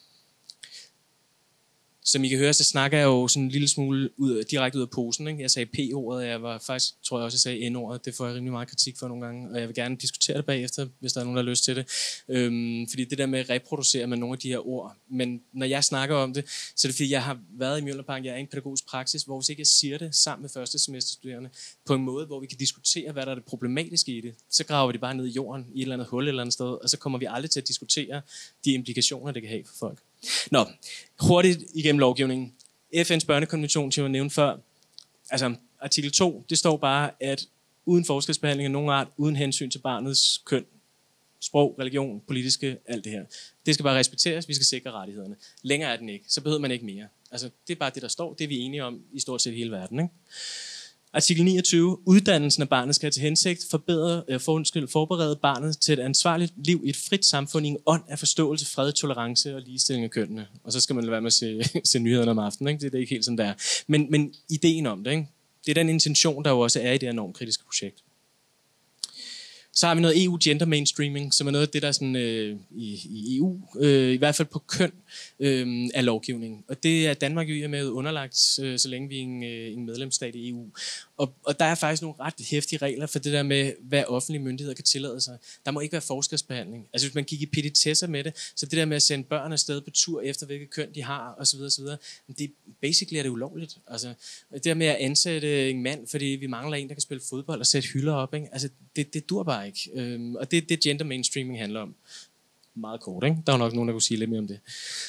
Som I kan høre, så snakker jeg jo sådan en lille smule direkte ud af posen, ikke? Jeg sagde P-ordet, jeg var faktisk, tror jeg også, jeg sagde N-ordet. Det får jeg rimelig meget kritik for nogle gange, og jeg vil gerne diskutere det bagefter, hvis der er nogen, der har lyst til det. Fordi det der med at reproducere med nogle af de her ord, men når jeg snakker om det, så er det fordi, jeg har været i Mjølnerparken, jeg er i en pædagogisk praksis, hvor hvis ikke jeg siger det sammen med første semesterstuderende, på en måde, hvor vi kan diskutere, hvad der er det problematiske i det, så graver vi det bare ned i jorden, i et eller andet hul et eller andet sted, og så kommer vi aldrig til at diskutere de implikationer, det kan have for folk. Nå, hurtigt igennem lovgivningen. FN's børnekonvention, som jeg nævnte før, altså artikel 2, det står bare, at uden forskelsbehandling af nogen art, uden hensyn til barnets køn, sprog, religion, politiske, alt det her. Det skal bare respekteres, vi skal sikre rettighederne. Længere er den ikke, så behøver man ikke mere. Altså, det er bare det, der står, det er vi enige om i stort set hele verden, ikke? Artikel 29. Uddannelsen af barnet skal til hensigt forberede barnet til et ansvarligt liv i et frit samfund i en ånd af forståelse, fred, tolerance og ligestilling af kønnene. Og så skal man lade være med at se nyhederne om aftenen, ikke? Det er ikke helt sådan, der. Men ideen om det, ikke? Det er den intention, der jo også er i det her normkritiske projekt. Så har vi noget EU gender mainstreaming, som er noget af det, der er sådan, i EU, i hvert fald på køn, af lovgivningen. Og det er Danmark jo med underlagt, så længe vi er en medlemsstat i EU. Og der er faktisk nogle ret heftige regler for det der med, hvad offentlige myndigheder kan tillade sig. Der må ikke være forskelsbehandling. Altså hvis man kigger i petitesser med det, så det der med at sende børn afsted på tur efter, hvilket køn de har, osv., det basically er det ulovligt. Altså det der med at ansætte en mand, fordi vi mangler en, der kan spille fodbold og sætte hylder op, ikke? Altså det dur bare ikke. Og det er det gender mainstreaming handler om. Meget kort, ikke? Der er nok nogen, der kunne sige lidt mere om det.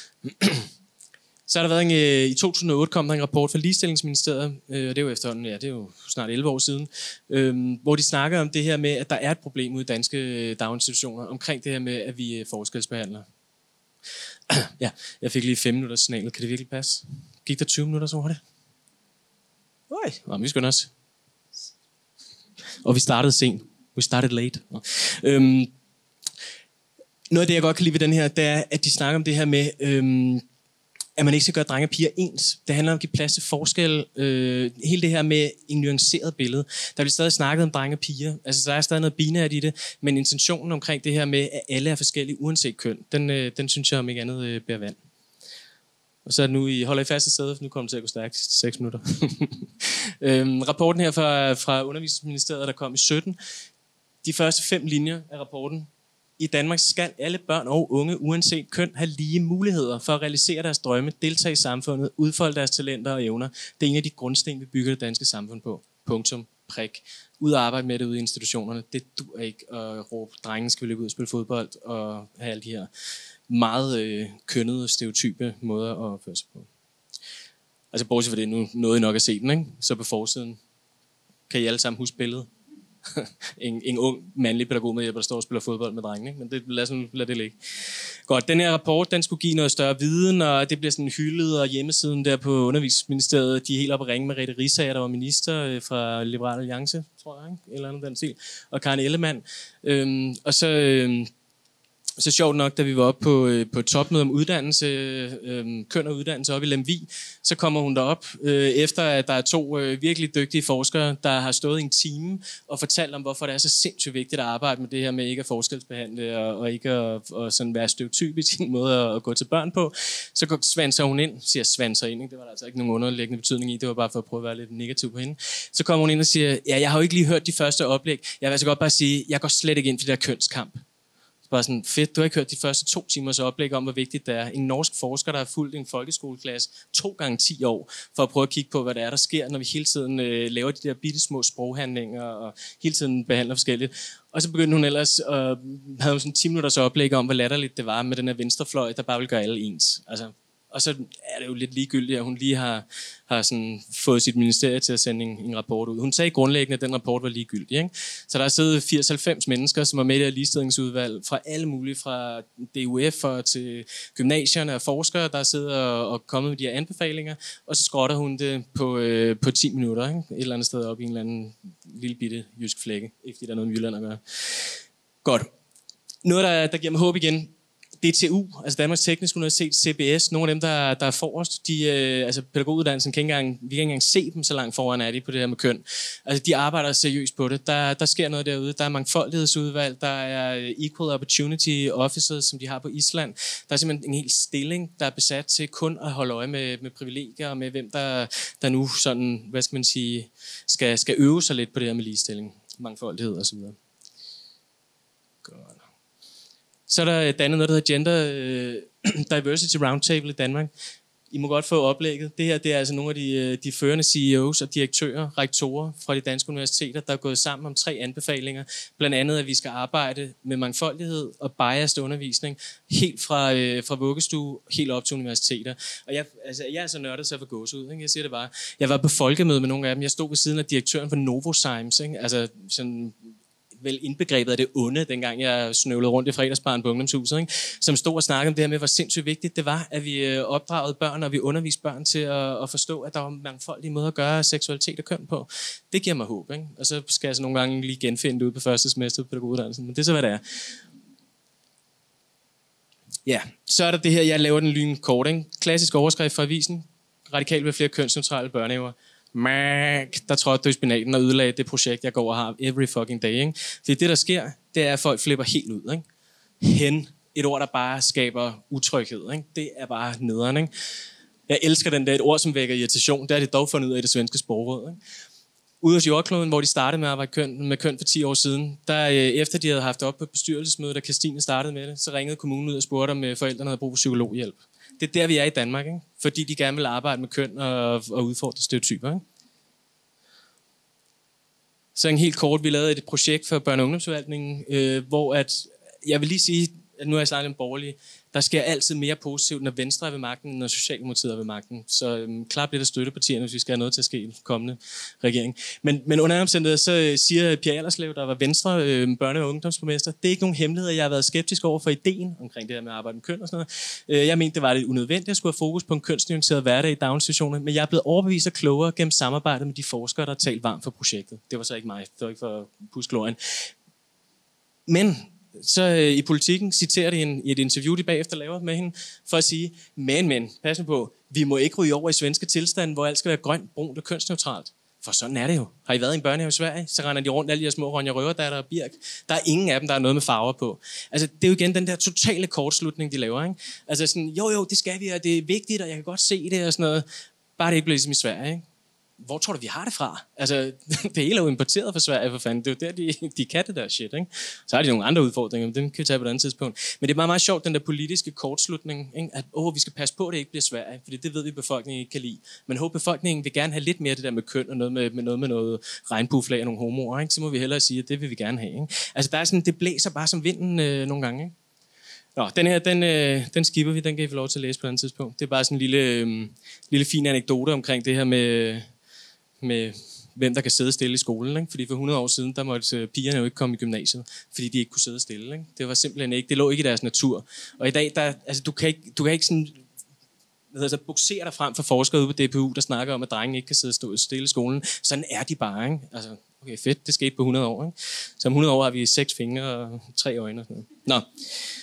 Så har der været i 2008 kom der en rapport fra Ligestillingsministeriet, og det er jo efterhånden, det er jo snart 11 år siden, hvor de snakker om det her med, at der er et problem ude i danske daginstitutioner omkring det her med, at vi forskelsbehandler. Ja, jeg fik lige 5 minutters signalet. Kan det virkelig passe? Gik der 20 minutter så hurtigt? Øj, vi skal også. Og vi startede sent. We started late. Noget af det, jeg godt kan lide ved den her, det er, at de snakker om det her med, at man ikke skal gøre drenge og piger ens. Det handler om at give plads til forskel. Hele det her med en nuanceret billede. Der bliver stadig snakket om drenge og piger. Altså, der er stadig noget binært i det. Men intentionen omkring det her med, at alle er forskellige, uanset køn, den synes jeg om ikke andet bærer vand. Og så er det nu, holder I fast i stedet, for nu kommer det til at gå stærkt 6 minutter. Rapporten her fra Undervisningsministeriet, der kom i 17. De første 5 linjer af rapporten, I Danmark skal alle børn og unge, uanset køn, have lige muligheder for at realisere deres drømme, deltage i samfundet, udfolde deres talenter og evner. Det er en af de grundsten, vi bygger det danske samfund på. Punktum. Prik. Ud og arbejde med det ude i institutionerne. Det dur ikke at råbe, drengen skal vi løbe ud og spille fodbold og have alle de her meget kønnede, stereotype måder at opføre sig på. Altså bortset fra det, nu nåede I nok at se den, ikke? Så på forsiden kan I alle sammen huske billedet. en ung mandlig pædagog med, der står og spiller fodbold med drengene, ikke? Men det, lad det ligge. Godt, den her rapport, den skulle give noget større viden, og det bliver sådan hyldet, og hjemmesiden der på Undervisningsministeriet, de er helt oppe at ringe med Rete Risager, der var minister fra Liberal Alliance, tror jeg, ikke? Eller andet den stil, og Karen Ellemann. Og så sjovt nok, da vi var oppe på et topmøde om uddannelse, køn og uddannelse oppe i Lemvig, så kommer hun derop, efter at der er 2 virkelig dygtige forskere, der har stået i en time og fortalt om, hvorfor det er så sindssygt vigtigt at arbejde med det her med ikke at forskelsbehandle og ikke at sådan være stereotyp i sin måde at gå til børn på. Så svanser hun ind, siger svanser ind, ikke? Det var der altså ikke nogen underliggende betydning i, det var bare for at prøve at være lidt negativ på hende. Så kommer hun ind og siger, ja, jeg har jo ikke lige hørt de første oplæg, jeg vil altså godt bare sige, jeg går slet ikke ind for det der kønskamp. Bare sådan, fedt, du har ikke hørt de første 2 timers oplæg om, hvor vigtigt det er. En norsk forsker, der har fulgt en folkeskoleklasse 2 gange 10 år, for at prøve at kigge på, hvad der sker, når vi hele tiden laver de der bitte små sproghandlinger, og hele tiden behandler forskelligt. Og så begyndte hun ellers, havde sådan 10 minutters oplæg om, hvor latterligt det var med den her venstrefløj, der bare vil gøre alle ens. Altså, og så er det jo lidt ligegyldigt, at hun lige har sådan fået sit ministerie til at sende en rapport ud. Hun sagde grundlæggende, at den rapport var ligegyldig, ikke? Så der er siddet 80-90 mennesker, som er med i det her ligestillingsudvalg, fra alle mulige, fra DUF og til gymnasierne og forskere, der sidder og kommet med de her anbefalinger, og så skrotter hun det på 10 minutter, ikke? Et eller andet sted op i en eller anden lille bitte jysk flække, ikke fordi der er noget med Jylland at gøre. Godt. Noget, der giver mig håb igen. DTU, altså Danmarks Tekniske Universitet, CBS, nogle af dem, der er forrest, altså pædagoguddannelsen, vi kan ikke engang se dem, så langt foran er de på det her med køn. Altså de arbejder seriøst på det. Der sker noget derude. Der er mangfoldighedsudvalg, der er Equal Opportunity Officers, som de har på Island. Der er simpelthen en hel stilling, der er besat til kun at holde øje med privilegier og med hvem, der nu sådan, hvad skal man sige, skal øve sig lidt på det her med ligestilling, mangfoldighed osv. Godt. Så er der dannet noget, der hedder Gender Diversity Roundtable i Danmark. I må godt få oplægget. Det her, det er altså nogle af de førende CEOs og direktører, rektorer fra de danske universiteter, der er gået sammen om 3 anbefalinger. Blandt andet, at vi skal arbejde med mangfoldighed og biased undervisning, helt fra vuggestue, helt op til universiteter. Og jeg er så nørdet, så jeg får gåsehud, ikke? Jeg siger det bare. Jeg var på folkemøde med nogle af dem. Jeg stod ved siden af direktøren for Novozymes, ikke? Altså sådan vel indbegrebet af det onde, dengang jeg snøvlede rundt i fredagsbaren på ungdomshuset, ikke? Som stod og snakkede om det her med, hvor sindssygt vigtigt det var, at vi opdragede børn, og vi underviste børn til at forstå, at der var mangfoldige måder at gøre seksualitet og køn på. Det giver mig håb, ikke? Og så skal jeg så nogle gange lige genfinde det ud på første semester på pædagoguddannelsen, men det er så, hvad det er. Ja, så er der det her, jeg laver den lyn kort, ikke? Klassisk overskrift fra avisen. Radikalt ved flere kønsneutrale børnehaver. Der trådte du i spinaten og ødelagde det projekt, jeg går og har every fucking day, ikke? Fordi det, der sker, det er, at folk flipper helt ud, ikke? Et ord, der bare skaber utryghed, ikke? Det er bare nederen, ikke? Jeg elsker den der, et ord, som vækker irritation. Det er det dog fundet ud af i det svenske sprogråd, ikke? Ude hos Jordkloden, hvor de startede med at arbejde med køn for 10 år siden, der efter de havde haft op på et bestyrelsesmøde, da Christine startede med det, så ringede kommunen ud og spurgte, om forældrene havde brug for psykologhjælp. Det er der, vi er i Danmark, ikke? Fordi de gerne vil arbejde med køn og udfordre stereotyper, ikke? Så en helt kort, vi lavede et projekt for børne- og ungdomsforvaltningen, hvor jeg vil lige sige, at nu er jeg snart en borgerlig, der sker altid mere positivt, når Venstre er ved magten, end når Socialdemokratiet er ved magten. Så klart lidt af støttepartierne, hvis vi skal have noget til at ske i den kommende regering. Men under omstændigheder, så siger Pia Allerslev, der var Venstre børne- og ungdomsborgmester, det er ikke nogen hemmelighed, at jeg har været skeptisk over for ideen omkring det her med at arbejde med køn og sådan noget. Jeg mente, det var lidt unødvendigt at skulle have fokus på en kønsnuanceret hverdag i daginstitutioner, men jeg er blevet overbevist og klogere gennem samarbejdet med de forskere, der har talt varmt for projektet. Det var så ikke mig, det var ikke for at puske glorien. Men så i Politikken citerer de i et interview, de bagefter laver med hende, for at sige, men, pas nu på, vi må ikke ryge over i svenske tilstande, hvor alt skal være grønt, brunt og kønsneutralt. For sådan er det jo. Har I været i en børnehave i Sverige, så render de rundt alle de her små Ronja Røverdatter og Birk. Der er ingen af dem, der er noget med farver på. Altså, det er jo igen den der totale kortslutning, de laver, ikke? Altså sådan, jo, det skal vi, og det er vigtigt, og jeg kan godt se det og sådan noget. Bare det ikke bliver ligesom i Sverige, ikke? hvor tror du, vi har det fra? Altså, det hele er jo importeret fra Sverige, for fanden. Det er jo der, de kan det der shit, ikke? Så har de nogle andre udfordringer, men dem kan vi tage på et andet tidspunkt. Men det er meget, meget sjovt, den der politiske kortslutning, ikke? At vi skal passe på, at det ikke bliver Sverige, fordi det ved vi, befolkningen ikke kan lide. Men befolkningen vil gerne have lidt mere det der med køn, og noget med noget regnbueflag og nogle homoer, ikke? Så må vi hellere sige, at det vil vi gerne have, ikke? Altså, der er sådan, det blæser bare som vinden nogle gange, ikke? Nå, den her, den skipper vi, den kan I få lov til at læse på et andet tidspunkt. Det er bare sådan en lille fin anekdote omkring det her med hvem der kan sidde stille i skolen, ikke? Fordi for 100 år siden, der måtte pigerne jo ikke komme i gymnasiet, fordi de ikke kunne sidde stille, ikke? Det var simpelthen ikke, det lå ikke i deres natur. Og i dag, altså, du kan ikke sådan, buksere dig frem for forskere ude på DPU, der snakker om, at drenge ikke kan sidde stille i skolen. Sådan er de bare, ikke? Altså, okay, fedt, det skete på 100 år, ikke? Så om 100 år har vi 6 fingre og 3 øjne og sådan noget. Nå.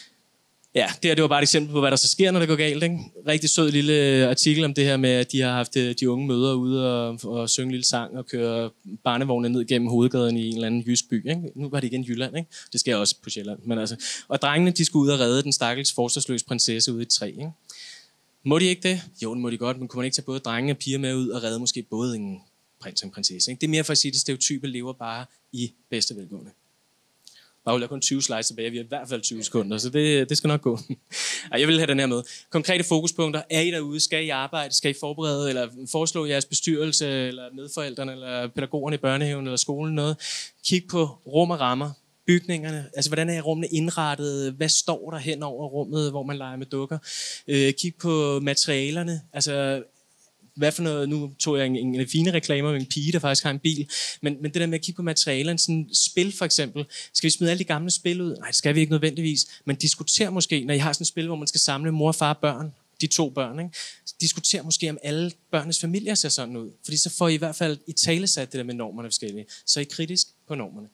Ja, det var bare et eksempel på, hvad der så sker, når det går galt, ikke? Rigtig sød lille artikel om det her med, at de har haft de unge mødre ude og synge en lille sang og køre barnevogne ned gennem hovedgaden i en eller anden jysk by, ikke? Nu var det igen Jylland, ikke? Det sker også på Sjælland, men altså. Og drengene, de skulle ud og redde den stakkels forsvarsløse prinsesse ude i et træ, ikke? Må de ikke det? Jo, det må de godt, men kunne man ikke tage både drenge og piger med ud og redde måske både en prins og en prinsesse, ikke? Det er mere for at sige, at det stereotype lever bare i bedste velgående. Bare vil kun 20 slides tilbage, vi har i hvert fald 20 sekunder, så det skal nok gå. Ej, jeg vil have den her med. Konkrete fokuspunkter. Er I derude? Skal I arbejde? Skal I forberede? Eller foreslå jeres bestyrelse, eller medforældrene, eller pædagogerne i børnehaven, eller skolen noget? Kig på rum og rammer. Bygningerne. Altså, hvordan er rummene indrettet? Hvad står der hen over rummet, hvor man leger med dukker? Kig på materialerne. Altså, hvad for noget, nu tog jeg en fine reklamer med en pige, der faktisk har en bil, men det der med at kigge på materialerne, sådan spil for eksempel, skal vi smide alle de gamle spil ud? Nej, det skal vi ikke nødvendigvis, men diskuter måske, når I har sådan et spil, hvor man skal samle mor, far og børn, de 2 børn, ikke? Diskuter måske, om alle børnenes familier ser sådan ud, fordi så får I hvert fald i talesat det der med normerne forskellige, så er I kritisk på normerne.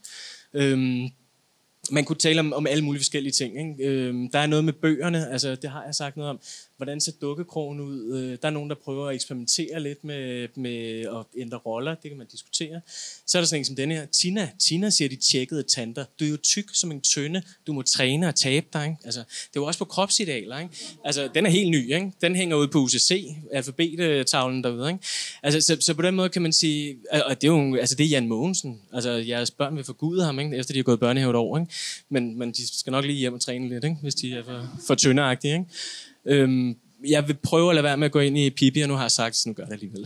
Man kunne tale om alle mulige forskellige ting, ikke? Der er noget med bøgerne, altså det har jeg sagt noget om. Hvordan ser dukkekrogen ud? Der er nogen, der prøver at eksperimentere lidt med at ændre roller. Det kan man diskutere. Så er der sådan en som denne her. Tina siger, de tjekkede tanter. Du er jo tyk som en tønde. Du må træne og tabe dig, ikke? Altså, det er jo også på kropsidealer, ikke? Altså, den er helt ny, ikke? Den hænger ude på UCC, alfabettavlen derude, ikke? Altså, så på den måde kan man sige, og det er jo, altså det er Jan Mogensen. Altså, jeres børn vil forgude ham, ikke? Efter de har gået børnehave et år, ikke? Men de skal nok lige hjem og træne lidt, ikke? Hvis de er for tyndeagtige, ikke? Jeg vil prøve at lade være med at gå ind i Pippi, og nu har jeg sagt, så nu gør jeg det alligevel.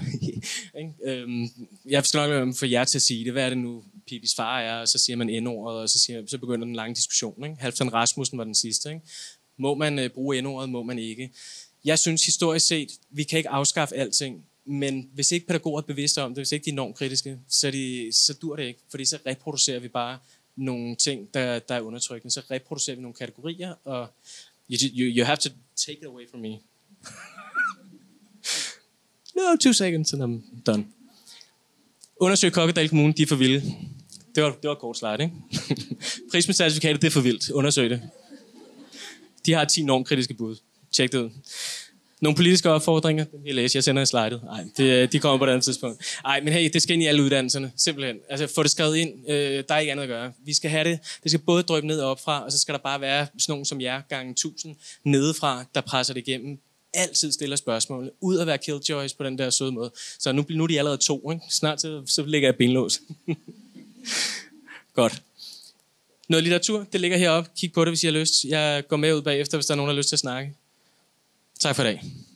Jeg skal nok lade være med for jer til at sige det. Hvad er det nu, Pippis far er? Og så siger man N-ordet, og så begynder den lange diskussion, ikke? Halvdan Rasmussen var den sidste, ikke? Må man bruge N-ordet, må man ikke? Jeg synes historisk set, vi kan ikke afskaffe alting, men hvis ikke pædagoger er bevidste om det, hvis ikke de er enormt kritiske, så dur det ikke, fordi så reproducerer vi bare nogle ting, der er undertrykkende. Så reproducerer vi nogle kategorier, og you have to take it away from me. No, 2 seconds, and I'm done. Undersøg Kokkedal Kommune, de er for vilde. Det var et kort slide, ikke? Prismecertifikatet, det er for vildt. Undersøg det. De har 10 normkritiske bud. Tjek det ud. Nogle politiske opfordringer, dem jeg læser. Jeg sender en slide. Nej, de kommer på et andet tidspunkt. Nej, men hey, det skal ind i alle uddannelserne. Simpelthen. Altså, få det skrevet ind. Der er ikke andet at gøre. Vi skal have det. Det skal både dryppe ned og opfra, og så skal der bare være sådan nogen som jer, gange 1000, nedefra, der presser det igennem. Altid stiller spørgsmål. Ud at være killjoys på den der søde måde. Så nu er de allerede 2, ikke? Snart så lægger jeg benlås. Godt. Noget litteratur, det ligger heroppe. Kig på det, hvis I har lyst. Jeg går med ud bagefter, hvis der er nogen, der har lyst til at snakke. Tak for i dag.